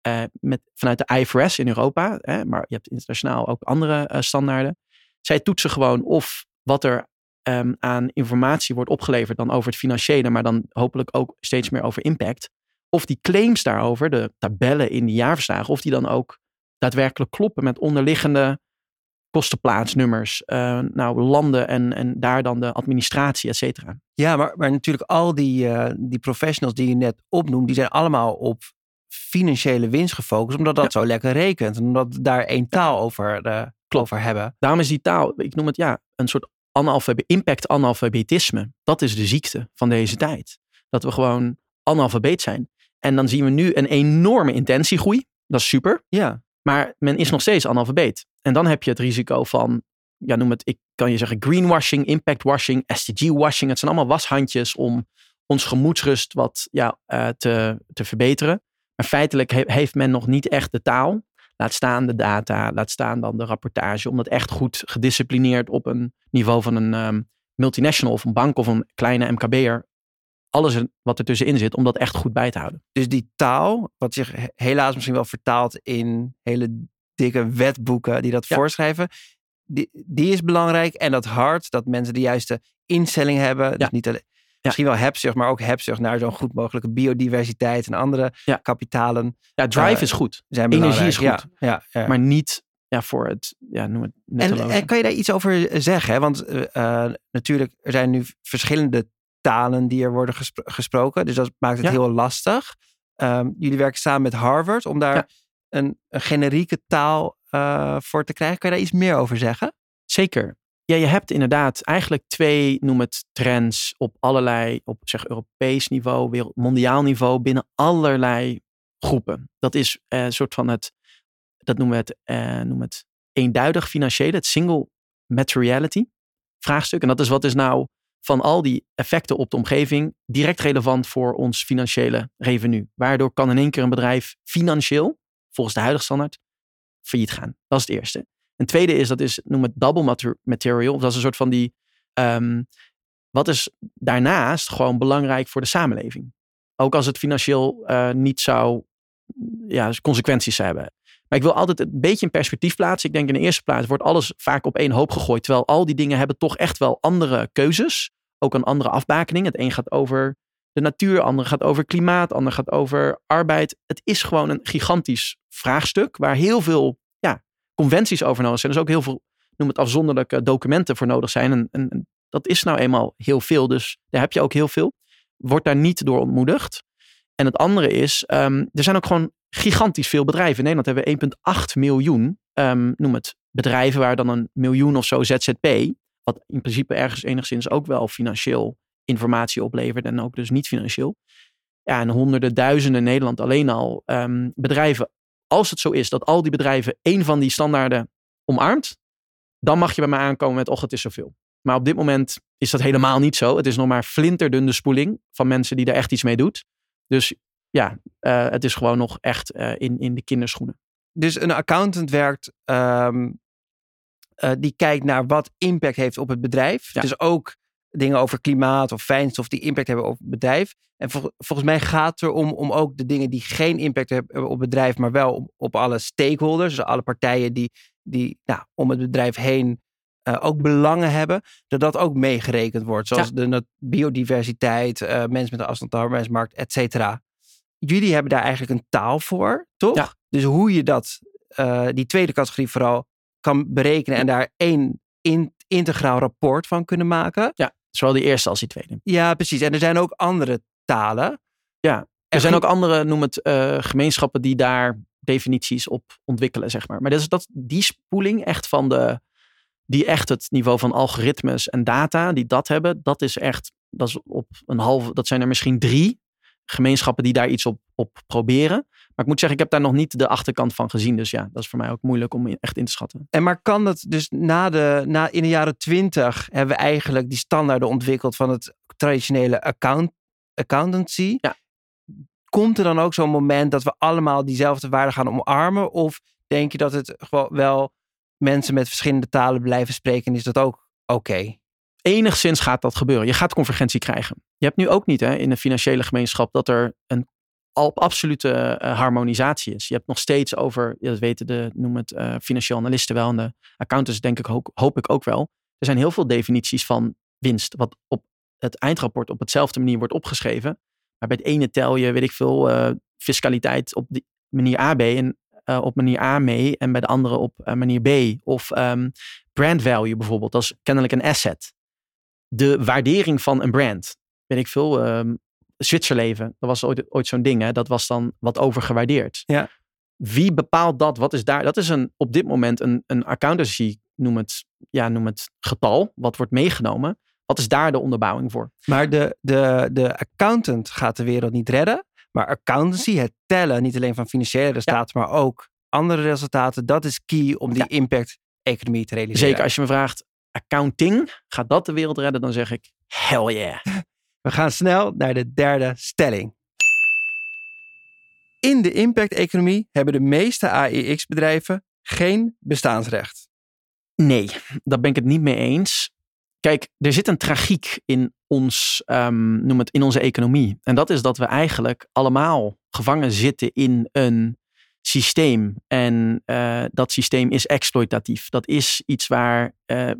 vanuit de IFRS in Europa. Maar je hebt internationaal ook andere standaarden. Zij toetsen gewoon of wat er aan informatie wordt opgeleverd dan over het financiële, maar dan hopelijk ook steeds meer over impact. Of die claims daarover, de tabellen in die jaarverslagen, of die dan ook daadwerkelijk kloppen met onderliggende kostenplaatsnummers, landen en daar dan de administratie, et cetera. Ja, maar natuurlijk al die professionals die je net opnoemt, die zijn allemaal op financiële winst gefocust, omdat dat zo lekker rekent. En omdat we daar één taal over hebben. Daarom is die taal, ik noem het een soort impact-analfabetisme. Dat is de ziekte van deze tijd. Dat we gewoon analfabeet zijn. En dan zien we nu een enorme intentiegroei. Dat is super. Ja. Maar men is nog steeds analfabeet. En dan heb je het risico van, ik kan je zeggen greenwashing, impactwashing, SDG-washing. Het zijn allemaal washandjes om ons gemoedsrust wat te verbeteren. Maar feitelijk heeft men nog niet echt de taal. Laat staan de data, laat staan dan de rapportage. Om dat echt goed gedisciplineerd op een niveau van een multinational of een bank of een kleine MKB'er. Alles wat er tussenin zit, om dat echt goed bij te houden. Dus die taal, wat zich helaas misschien wel vertaalt in hele dikke wetboeken die dat voorschrijven. Die is belangrijk. En dat hart, dat mensen de juiste instelling hebben. Dus niet alleen, misschien wel hebzucht, maar ook hebzucht naar zo'n goed mogelijke biodiversiteit en andere kapitalen. Ja, drive is goed. Energie is goed. Ja. Maar niet voor het, noem het nutteloos. En kan je daar iets over zeggen? Hè? Want natuurlijk, er zijn nu verschillende talen die er worden gesproken. Dus dat maakt het heel lastig. Jullie werken samen met Harvard om daar een generieke taal voor te krijgen. Kan je daar iets meer over zeggen? Zeker. Ja, je hebt inderdaad eigenlijk 2, noem het, trends op allerlei, op Europees niveau, mondiaal niveau, binnen allerlei groepen. Dat is een soort van dat noemen we het eenduidig financiële, het single materiality vraagstuk. En dat is wat is nou van al die effecten op de omgeving direct relevant voor ons financiële revenue. Waardoor kan in één keer een bedrijf financieel, volgens de huidige standaard, failliet gaan. Dat is het eerste. Een tweede is, noem het double material. Of dat is een soort van die, wat is daarnaast gewoon belangrijk voor de samenleving. Ook als het financieel niet zou, consequenties zou hebben. Maar ik wil altijd een beetje in perspectief plaatsen. Ik denk in de eerste plaats wordt alles vaak op één hoop gegooid. Terwijl al die dingen hebben toch echt wel andere keuzes. Ook een andere afbakening. Het een gaat over de natuur, het andere gaat over klimaat, het andere gaat over arbeid. Het is gewoon een gigantisch vraagstuk waar heel veel conventies over nodig zijn. Dus ook heel veel, noem het afzonderlijke documenten voor nodig zijn. En dat is nou eenmaal heel veel. Dus daar heb je ook heel veel. Wordt daar niet door ontmoedigd. En het andere is, er zijn ook gewoon gigantisch veel bedrijven. In Nederland hebben we 1,8 miljoen, noem het, bedrijven waar dan 1 miljoen of zo ZZP, wat in principe ergens enigszins ook wel financieel informatie oplevert en ook dus niet financieel. Ja, en honderden, duizenden in Nederland alleen al bedrijven. Als het zo is dat al die bedrijven één van die standaarden omarmt, dan mag je bij mij aankomen met, het is zoveel. Maar op dit moment is dat helemaal niet zo. Het is nog maar flinterdun de spoeling van mensen die daar echt iets mee doet. Dus het is gewoon nog echt in de kinderschoenen. Dus een accountant werkt die kijkt naar wat impact heeft op het bedrijf. Ja. Dus ook dingen over klimaat of fijnstof die impact hebben op het bedrijf. En volgens mij gaat het erom om ook de dingen die geen impact hebben op het bedrijf, maar wel op alle stakeholders, dus alle partijen die om het bedrijf heen ook belangen hebben, dat ook meegerekend wordt. Zoals de biodiversiteit, mensen met een afstand tot de arbeidsmarkt, et cetera. Jullie hebben daar eigenlijk een taal voor, toch? Ja. Dus hoe je die tweede categorie vooral kan berekenen en daar één integraal rapport van kunnen maken. Ja, zowel die eerste als die tweede. Ja, precies. En er zijn ook andere talen. Ja, er zijn ook andere, noem het, gemeenschappen die daar definities op ontwikkelen, zeg maar. Maar die spoeling echt die echt het niveau van algoritmes en data, die dat hebben, dat is dat zijn er misschien 3 gemeenschappen die daar iets op proberen. Maar ik moet zeggen, ik heb daar nog niet de achterkant van gezien. Dus ja, dat is voor mij ook moeilijk om echt in te schatten. Maar kan dat dus in de jaren 20 hebben we eigenlijk die standaarden ontwikkeld van het traditionele accountancy. Ja. Komt er dan ook zo'n moment dat we allemaal diezelfde waarden gaan omarmen? Of denk je dat het gewoon wel mensen met verschillende talen blijven spreken en is dat ook oké? Enigszins gaat dat gebeuren. Je gaat convergentie krijgen. Je hebt nu ook niet in de financiële gemeenschap dat er een absolute harmonisatie is. Je hebt nog steeds dat weten financieel analisten wel en de accountants denk ik hoop ik ook wel. Er zijn heel veel definities van winst wat op het eindrapport op hetzelfde manier wordt opgeschreven. Maar bij het ene tel je, weet ik veel, fiscaliteit op die manier A, B en op manier A mee en bij de andere op manier B. Of brand value bijvoorbeeld, dat is kennelijk een asset. De waardering van een brand, weet ik veel, Zwitserleven, dat was ooit zo'n ding, hè? Dat was dan wat overgewaardeerd. Ja. Wie bepaalt dat? Wat is daar? Dat is op dit moment een accountancy, noem het getal, wat wordt meegenomen. Wat is daar de onderbouwing voor? Maar de accountant gaat de wereld niet redden. Maar accountancy, het tellen, niet alleen van financiële resultaten, maar ook andere resultaten, dat is key om die impact-economie te realiseren. Zeker, als je me vraagt, accounting, gaat dat de wereld redden? Dan zeg ik, hell yeah. We gaan snel naar de derde stelling. In de impact-economie hebben de meeste AEX-bedrijven geen bestaansrecht. Nee, daar ben ik het niet mee eens. Kijk, er zit een tragiek in in onze economie. En dat is dat we eigenlijk allemaal gevangen zitten in een systeem. En dat systeem is exploitatief. Dat is iets waar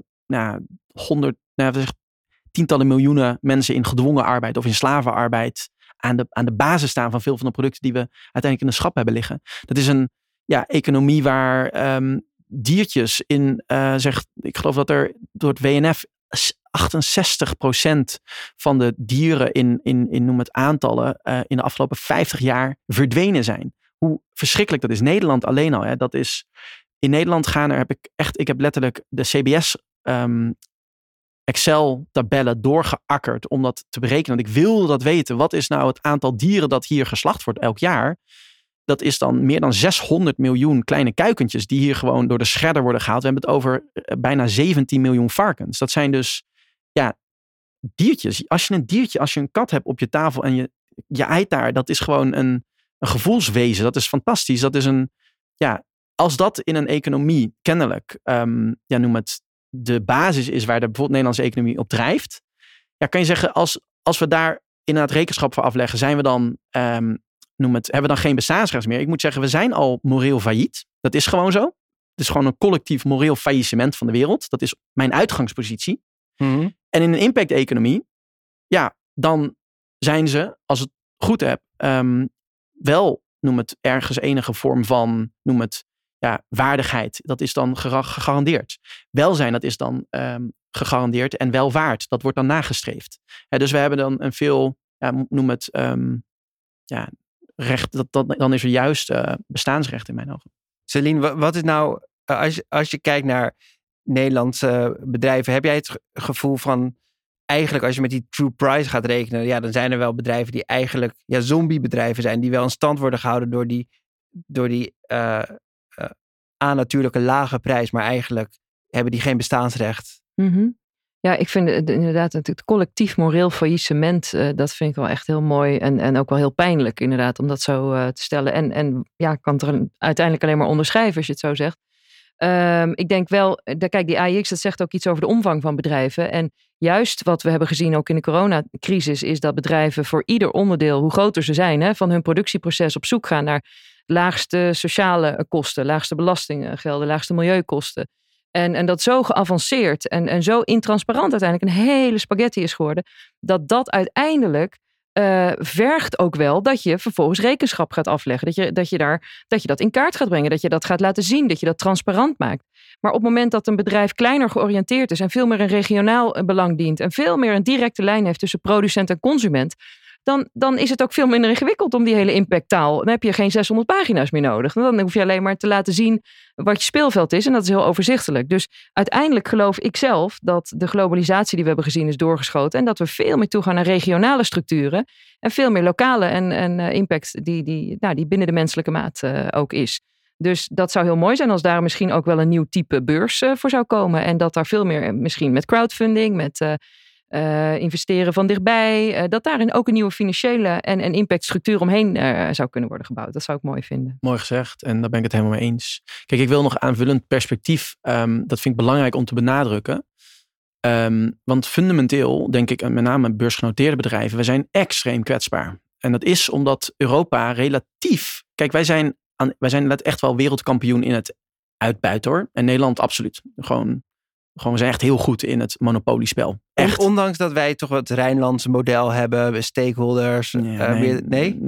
tientallen miljoenen mensen in gedwongen arbeid of in slavenarbeid aan de basis staan van veel van de producten die we uiteindelijk in de schap hebben liggen. Dat is een economie waar diertjes ik geloof dat er door het WNF 68% van de dieren in noem het aantallen in de afgelopen 50 jaar verdwenen zijn. Hoe verschrikkelijk dat is. Nederland alleen al. Hè, dat is in Nederland ik heb letterlijk de CBS Excel-tabellen doorgeakkerd om dat te berekenen. Want ik wilde dat weten. Wat is nou het aantal dieren dat hier geslacht wordt elk jaar? Dat is dan meer dan 600 miljoen kleine kuikentjes die hier gewoon door de shredder worden gehaald. We hebben het over bijna 17 miljoen varkens. Dat zijn dus diertjes. Als je een kat hebt op je tafel en je eit daar, dat is gewoon een gevoelswezen. Dat is fantastisch. Dat is als dat in een economie kennelijk, noem het, de basis is waar de bijvoorbeeld Nederlandse economie op drijft. Ja, kan je zeggen, als we daar inderdaad rekenschap voor afleggen, zijn we dan, hebben we dan geen bestaansrecht meer? Ik moet zeggen, we zijn al moreel failliet. Dat is gewoon zo. Het is gewoon een collectief moreel faillissement van de wereld. Dat is mijn uitgangspositie. Mm-hmm. En in een impact-economie, dan zijn ze, als het goed heb, wel, noem het, ergens enige vorm van, noem het, waardigheid. Dat is dan gegarandeerd. Welzijn, dat is dan gegarandeerd en welwaard. Dat wordt dan nagestreefd. Dus we hebben dan een veel, noem het, recht. Dan is er juist bestaansrecht in mijn ogen. Celine, wat is nou, als je kijkt naar Nederlandse bedrijven, heb jij het gevoel van, eigenlijk als je met die true price gaat rekenen, dan zijn er wel bedrijven die eigenlijk zombiebedrijven zijn, die wel in stand worden gehouden door die natuurlijke lage prijs, maar eigenlijk hebben die geen bestaansrecht. Mm-hmm. Ja, ik vind inderdaad het collectief moreel faillissement, dat vind ik wel echt heel mooi en ook wel heel pijnlijk inderdaad om dat zo te stellen. En kan het er uiteindelijk alleen maar onderschrijven als je het zo zegt. Ik denk wel, kijk, die AIX, dat zegt ook iets over de omvang van bedrijven. En juist wat we hebben gezien ook in de coronacrisis, is dat bedrijven voor ieder onderdeel, hoe groter ze zijn, van hun productieproces op zoek gaan naar laagste sociale kosten, laagste belastingen gelden, laagste milieukosten. En dat zo geavanceerd en zo intransparant uiteindelijk een hele spaghetti is geworden, dat uiteindelijk vergt ook wel dat je vervolgens rekenschap gaat afleggen. Dat je dat in kaart gaat brengen. Dat je dat gaat laten zien. Dat je dat transparant maakt. Maar op het moment dat een bedrijf kleiner georiënteerd is en veel meer een regionaal belang dient en veel meer een directe lijn heeft tussen producent en consument, dan is het ook veel minder ingewikkeld om die hele impacttaal. Dan heb je geen 600 pagina's meer nodig. Dan hoef je alleen maar te laten zien wat je speelveld is. En dat is heel overzichtelijk. Dus uiteindelijk geloof ik zelf dat de globalisatie die we hebben gezien is doorgeschoten. En dat we veel meer toegaan naar regionale structuren. En veel meer lokale en impact die binnen de menselijke maat ook is. Dus dat zou heel mooi zijn als daar misschien ook wel een nieuw type beurs voor zou komen. En dat daar veel meer misschien met crowdfunding, met investeren van dichtbij, dat daarin ook een nieuwe financiële en impactstructuur omheen zou kunnen worden gebouwd. Dat zou ik mooi vinden. Mooi gezegd en daar ben ik het helemaal mee eens. Kijk, ik wil nog aanvullend perspectief, dat vind ik belangrijk om te benadrukken. Want fundamenteel, denk ik, met name beursgenoteerde bedrijven, we zijn extreem kwetsbaar. En dat is omdat Europa relatief, kijk, wij zijn echt wel wereldkampioen in het uitbuiten hoor. En Nederland absoluut. Gewoon, we zijn echt heel goed in het monopoliespel. Echt. Ondanks dat wij toch het Rijnlandse model hebben, stakeholders. Nee?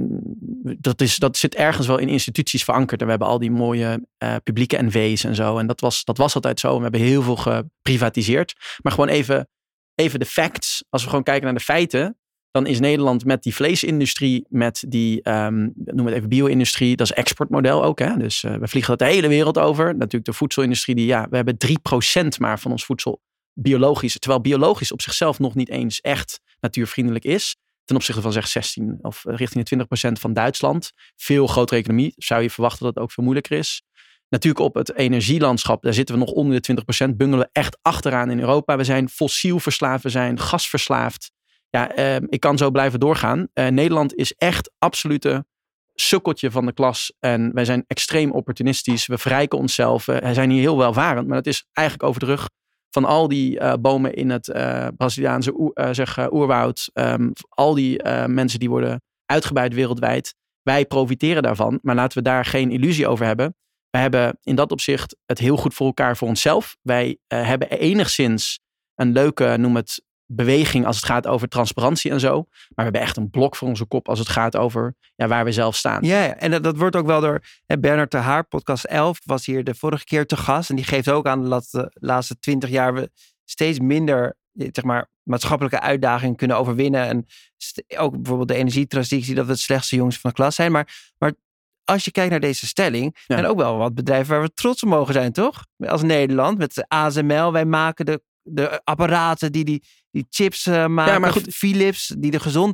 Dat zit ergens wel in instituties verankerd. En we hebben al die mooie publieke NV's en zo. En dat was altijd zo. We hebben heel veel geprivatiseerd. Maar gewoon even de facts. Als we gewoon kijken naar de feiten, dan is Nederland met die vleesindustrie, met die, noem het even bio-industrie, dat is exportmodel ook. Hè? Dus we vliegen dat de hele wereld over. Natuurlijk de voedselindustrie, we hebben 3% maar van ons voedsel biologisch. Terwijl biologisch op zichzelf nog niet eens echt natuurvriendelijk is. Ten opzichte van zeg 16 of richting de 20% van Duitsland. Veel grotere economie. Zou je verwachten dat het ook veel moeilijker is. Natuurlijk op het energielandschap, daar zitten we nog onder de 20%. Bungelen echt achteraan in Europa. We zijn fossiel verslaafd, we zijn gasverslaafd. Ja, ik kan zo blijven doorgaan. Nederland is echt absolute sukkeltje van de klas. En wij zijn extreem opportunistisch. We verrijken onszelf. We zijn hier heel welvarend. Maar dat is eigenlijk over de rug van al die bomen in het Braziliaanse oerwoud. Al die mensen die worden uitgebuit wereldwijd. Wij profiteren daarvan. Maar laten we daar geen illusie over hebben. We hebben in dat opzicht het heel goed voor elkaar voor onszelf. Wij hebben enigszins een leuke, noem het, beweging als het gaat over transparantie en zo. Maar we hebben echt een blok voor onze kop als het gaat over waar we zelf staan. Ja, en dat wordt ook wel door Bernard de Haar, podcast 11, was hier de vorige keer te gast. En die geeft ook aan dat de laatste 20 jaar we steeds minder maatschappelijke uitdagingen kunnen overwinnen. En ook bijvoorbeeld de energietransitie, dat we het slechtste jongens van de klas zijn. Maar als je kijkt naar deze stelling, zijn ook wel wat bedrijven waar we trots op mogen zijn, toch? Als Nederland, met ASML, wij maken de apparaten die chips maken. Ja, maar goed, Philips, die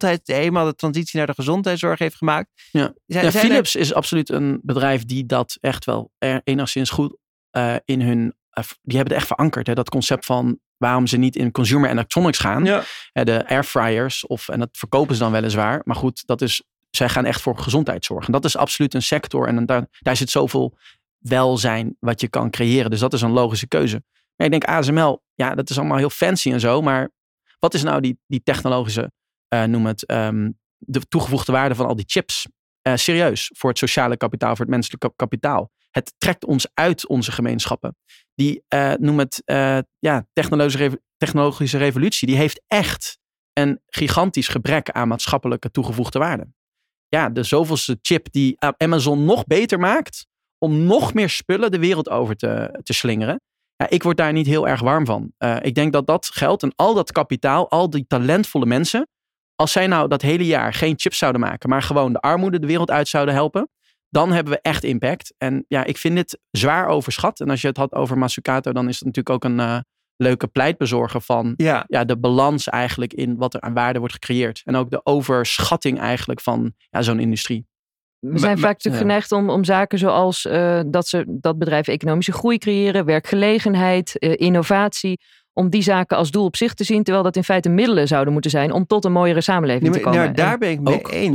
de transitie naar de gezondheidszorg heeft gemaakt. Philips is absoluut een bedrijf die dat echt wel enigszins goed in hun... die hebben het echt verankerd. Hè? Dat concept van waarom ze niet in consumer electronics gaan. Ja. De airfryers, en dat verkopen ze dan weliswaar. Maar goed, zij gaan echt voor gezondheidszorg. En dat is absoluut een sector. En daar zit zoveel welzijn wat je kan creëren. Dus dat is een logische keuze. Maar ik denk ASML, dat is allemaal heel fancy en zo. Maar wat is nou die technologische, de toegevoegde waarde van al die chips? Serieus, voor het sociale kapitaal, voor het menselijke kapitaal. Het trekt ons uit onze gemeenschappen. Die, technologische revolutie, die heeft echt een gigantisch gebrek aan maatschappelijke toegevoegde waarde. Ja, de zoveelste chip die Amazon nog beter maakt om nog meer spullen de wereld over te slingeren. Ja, ik word daar niet heel erg warm van. Ik denk dat geldt en al dat kapitaal, al die talentvolle mensen, als zij nou dat hele jaar geen chips zouden maken, maar gewoon de armoede de wereld uit zouden helpen, dan hebben we echt impact. En ik vind dit zwaar overschat. En als je het had over Mazzucato, dan is het natuurlijk ook een leuke pleitbezorger van de balans eigenlijk in wat er aan waarde wordt gecreëerd. En ook de overschatting eigenlijk van zo'n industrie. We zijn vaak natuurlijk geneigd om zaken zoals dat bedrijven economische groei creëren, werkgelegenheid, innovatie, om die zaken als doel op zich te zien, terwijl dat in feite middelen zouden moeten zijn om tot een mooiere samenleving te komen. Daar ben ik mee eens. Ja? En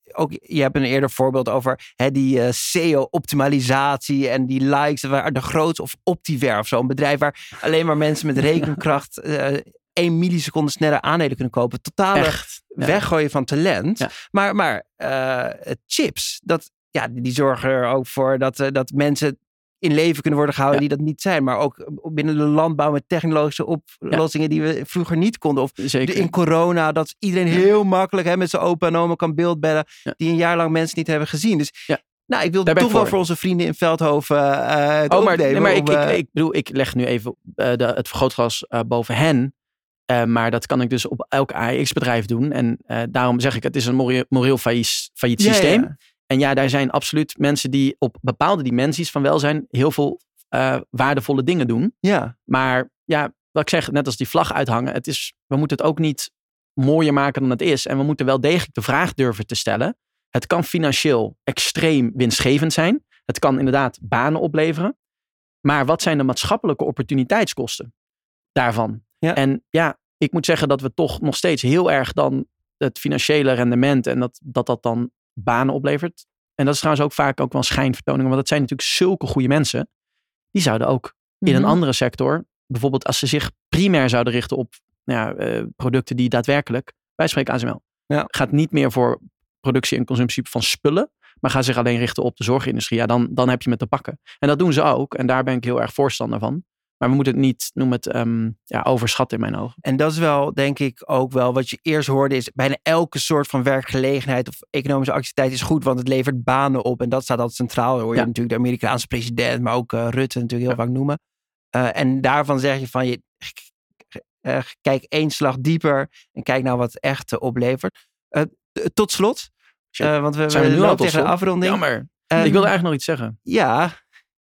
ook, je hebt een eerder voorbeeld over die SEO-optimalisatie en die likes. Waar de grootste of Optiver of zo. Een bedrijf waar alleen maar mensen met rekenkracht 1 milliseconde sneller aandelen kunnen kopen. Totale weggooien van talent. Ja. Maar chips, die zorgen er ook voor dat mensen in leven kunnen worden gehouden die dat niet zijn. Maar ook binnen de landbouw met technologische oplossingen die we vroeger niet konden. Of in corona, dat iedereen heel makkelijk met zijn opa en oma kan beeldbellen. Ja. Die een jaar lang mensen niet hebben gezien. Dus ik wil toch wel voor onze vrienden in Veldhoven het opnemen. Maar ik bedoel, ik leg nu even het vergrootglas boven hen. Maar dat kan ik dus op elk AEX-bedrijf doen. En daarom zeg ik, het is een moreel failliet systeem. Ja. En daar zijn absoluut mensen die op bepaalde dimensies van welzijn heel veel waardevolle dingen doen. Ja. Maar wat ik zeg, net als die vlag uithangen. We moeten het ook niet mooier maken dan het is. En we moeten wel degelijk de vraag durven te stellen. Het kan financieel extreem winstgevend zijn. Het kan inderdaad banen opleveren. Maar wat zijn de maatschappelijke opportuniteitskosten daarvan? Ja. En ik moet zeggen dat we toch nog steeds heel erg dan het financiële rendement en dat dan banen oplevert. En dat is trouwens ook vaak ook wel schijnvertoningen, want dat zijn natuurlijk zulke goede mensen. Die zouden ook in een andere sector, bijvoorbeeld als ze zich primair zouden richten op producten die daadwerkelijk, wij spreken ASML, gaat niet meer voor productie en consumptie van spullen, maar gaat zich alleen richten op de zorgindustrie. Ja, dan heb je met te pakken. En dat doen ze ook. En daar ben ik heel erg voorstander van. Maar we moeten het niet, noem het, overschatten in mijn ogen. En dat is wel, denk ik, ook wel wat je eerst hoorde is bijna elke soort van werkgelegenheid of economische activiteit is goed, want het levert banen op. En dat staat altijd centraal. Dan hoor je natuurlijk de Amerikaanse president, maar ook Rutte natuurlijk heel vaak noemen. En daarvan zeg je van, kijk 1 slag dieper en kijk nou wat echt oplevert. Tot slot, want we nu al tegen de afronding. Jammer. Ik wilde eigenlijk nog iets zeggen. Ja.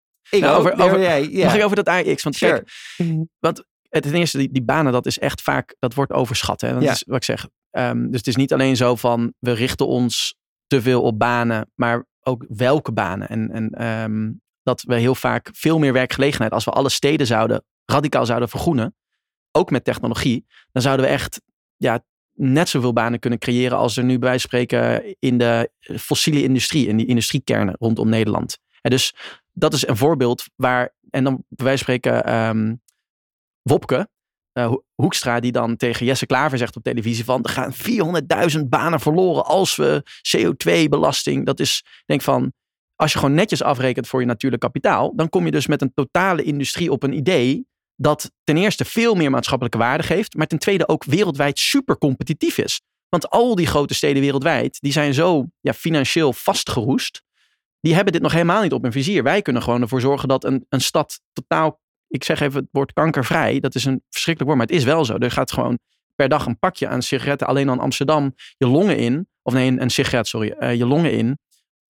Mag ik over dat AEX? Want kijk, ten eerste, die banen, dat is echt vaak, dat wordt overschat. Hè? Dat is wat ik zeg. Dus het is niet alleen zo van, we richten ons te veel op banen, maar ook welke banen. En dat we heel vaak veel meer werkgelegenheid, als we alle steden radicaal zouden vergroenen, ook met technologie, dan zouden we echt net zoveel banen kunnen creëren als er nu bij wijze van spreken in de fossiele industrie, in die industriekernen rondom Nederland. En dus dat is een voorbeeld waar, en dan bij wijze van spreken Wopke Hoekstra die dan tegen Jesse Klaver zegt op televisie van er gaan 400.000 banen verloren als we CO2-belasting, dat is, denk van, als je gewoon netjes afrekent voor je natuurlijk kapitaal, dan kom je dus met een totale industrie op een idee dat ten eerste veel meer maatschappelijke waarde geeft, maar ten tweede ook wereldwijd super competitief is. Want al die grote steden wereldwijd, die zijn zo financieel vastgeroest, die hebben dit nog helemaal niet op hun vizier. Wij kunnen gewoon ervoor zorgen dat een stad totaal, ik zeg even het woord kankervrij, dat is een verschrikkelijk woord, maar het is wel zo. Er gaat gewoon per dag een pakje aan sigaretten alleen al in Amsterdam je longen in, een sigaret, je longen in,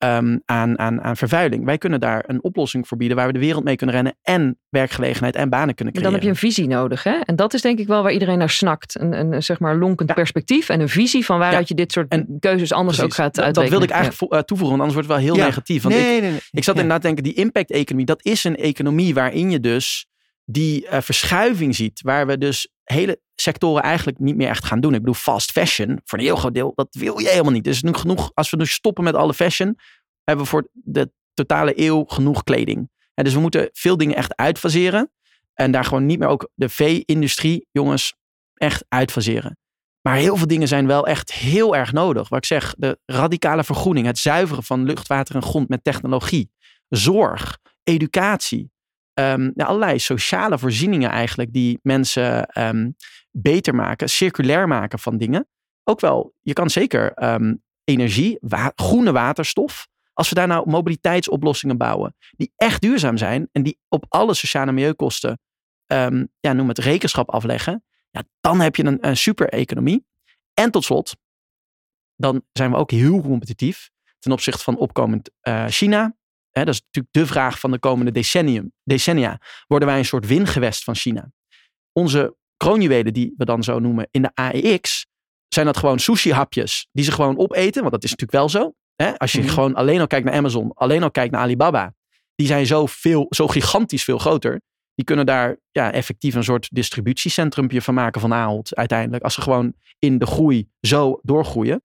aan vervuiling. Wij kunnen daar een oplossing voor bieden waar we de wereld mee kunnen rennen en werkgelegenheid en banen kunnen creëren. Maar dan heb je een visie nodig, hè? En dat is denk ik wel waar iedereen naar snakt. Een zeg maar lonkend perspectief en een visie van waaruit je dit soort keuzes anders ook gaat uitrekenen. Dat wilde ik eigenlijk toevoegen, want anders wordt het wel heel negatief. Want ik zat inderdaad te denken, die impact-economie, dat is een economie waarin je dus die verschuiving ziet, waar we dus hele sectoren eigenlijk niet meer echt gaan doen. Ik bedoel, fast fashion, voor een heel groot deel, dat wil je helemaal niet. Dus nu genoeg, als we nu stoppen met alle fashion, hebben we voor de totale eeuw genoeg kleding. En dus we moeten veel dingen echt uitfaseren. En daar gewoon niet meer ook de vee-industrie, jongens, echt uitfaseren. Maar heel veel dingen zijn wel echt heel erg nodig. Wat ik zeg, de radicale vergroening, het zuiveren van lucht, water en grond met technologie, zorg, educatie, allerlei sociale voorzieningen eigenlijk die mensen beter maken, circulair maken van dingen. Ook wel, je kan zeker energie, groene waterstof. Als we daar nou mobiliteitsoplossingen bouwen die echt duurzaam zijn en die op alle sociale milieukosten, noem het rekenschap afleggen, dan heb je een super economie. En tot slot, dan zijn we ook heel competitief ten opzichte van opkomend China. Dat is natuurlijk de vraag van de komende decennia. Worden wij een soort wingewest van China? Onze kroonjuwelen die we dan zo noemen in de AEX, zijn dat gewoon sushi-hapjes die ze gewoon opeten? Want dat is natuurlijk wel zo. Als je gewoon alleen al kijkt naar Amazon, alleen al kijkt naar Alibaba, die zijn zo gigantisch veel groter. Die kunnen daar effectief een soort distributiecentrumpje van maken van Ahold uiteindelijk. Als ze gewoon in de groei zo doorgroeien.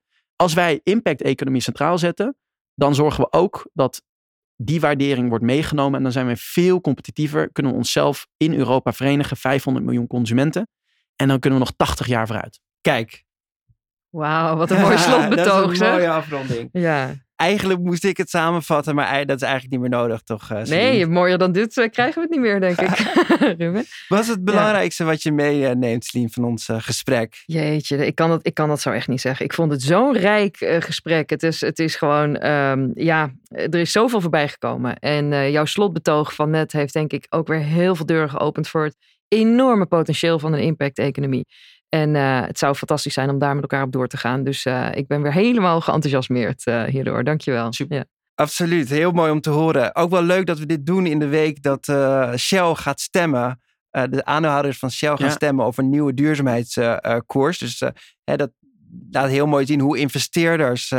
als wij impact-economie centraal zetten, dan zorgen we ook dat die waardering wordt meegenomen. En dan zijn we veel competitiever. Kunnen we onszelf in Europa verenigen. 500 miljoen consumenten. En dan kunnen we nog 80 jaar vooruit. Kijk. Wauw, wat een mooi slotbetoog. Dat is een mooie afronding. Ja. Eigenlijk moest ik het samenvatten, maar dat is eigenlijk niet meer nodig, toch? Nee, mooier dan dit krijgen we het niet meer, denk ik. Ruben? Wat is het belangrijkste wat je meeneemt, Celine, van ons gesprek? Jeetje, ik kan dat zo echt niet zeggen. Ik vond het zo'n rijk gesprek. Het is gewoon, er is zoveel voorbij gekomen. En jouw slotbetoog van net heeft denk ik ook weer heel veel deuren geopend voor het enorme potentieel van een impact-economie. En het zou fantastisch zijn om daar met elkaar op door te gaan. Dus ik ben weer helemaal geenthousiasmeerd hierdoor. Dankjewel. Super. Ja. Absoluut, heel mooi om te horen. Ook wel leuk dat we dit doen in de week dat Shell gaat stemmen. De aandeelhouders van Shell gaan stemmen over een nieuwe duurzaamheidskoers. Dus dat laat heel mooi zien hoe investeerders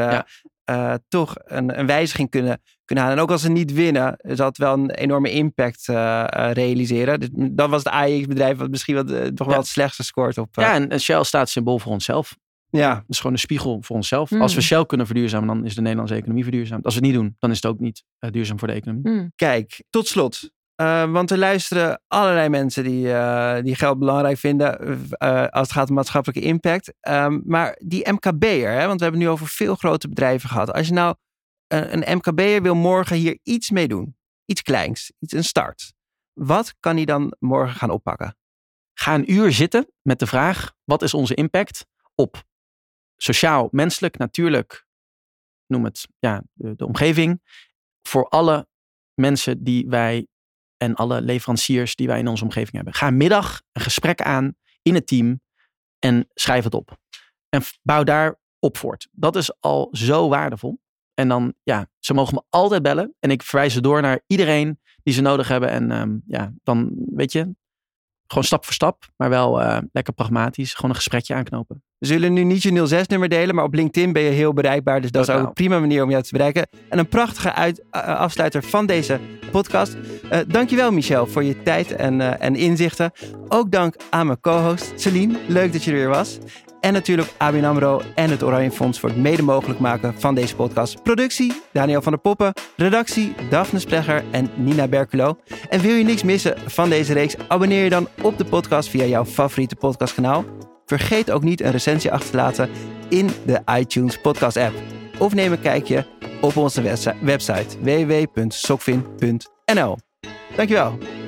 toch een wijziging kunnen halen. En ook als ze niet winnen, zal het wel een enorme impact realiseren. Dus dat was het AEX-bedrijf wat misschien toch wel het slechtste scoort op. Ja, en Shell staat symbool voor onszelf. Ja. Dat is gewoon een spiegel voor onszelf. Als we Shell kunnen verduurzamen, dan is de Nederlandse economie verduurzaamd. Als we het niet doen, dan is het ook niet duurzaam voor de economie. Kijk, tot slot. Want er luisteren allerlei mensen die geld belangrijk vinden als het gaat om maatschappelijke impact. Maar die MKB'er, want we hebben nu over veel grote bedrijven gehad. Als je nou een MKB'er wil morgen hier iets mee doen, iets kleins, een start. Wat kan hij dan morgen gaan oppakken? Ga een uur zitten met de vraag, wat is onze impact op sociaal, menselijk, natuurlijk, noem het de omgeving. Voor alle mensen die wij en alle leveranciers die wij in onze omgeving hebben. Ga een middag een gesprek aan in het team en schrijf het op. En bouw daar op voort. Dat is al zo waardevol. En dan, ze mogen me altijd bellen. En ik verwijs ze door naar iedereen die ze nodig hebben. En dan weet je, gewoon stap voor stap. Maar wel lekker pragmatisch. Gewoon een gesprekje aanknopen. We zullen nu niet je 06-nummer delen, maar op LinkedIn ben je heel bereikbaar. Dus dat is ook een prima manier om jou te bereiken. En een prachtige afsluiter van deze podcast. Dankjewel Michel voor je tijd en inzichten. Ook dank aan mijn co-host Celine. Leuk dat je er weer was. En natuurlijk ABN AMRO en het Oranje Fonds voor het mede mogelijk maken van deze podcast. Productie Daniel van der Poppen. Redactie Daphne Splegger en Nina Berculo. En wil je niks missen van deze reeks? Abonneer je dan op de podcast via jouw favoriete podcastkanaal. Vergeet ook niet een recensie achter te laten in de iTunes podcast app. Of neem een kijkje op onze website www.sokvin.nl. Dankjewel.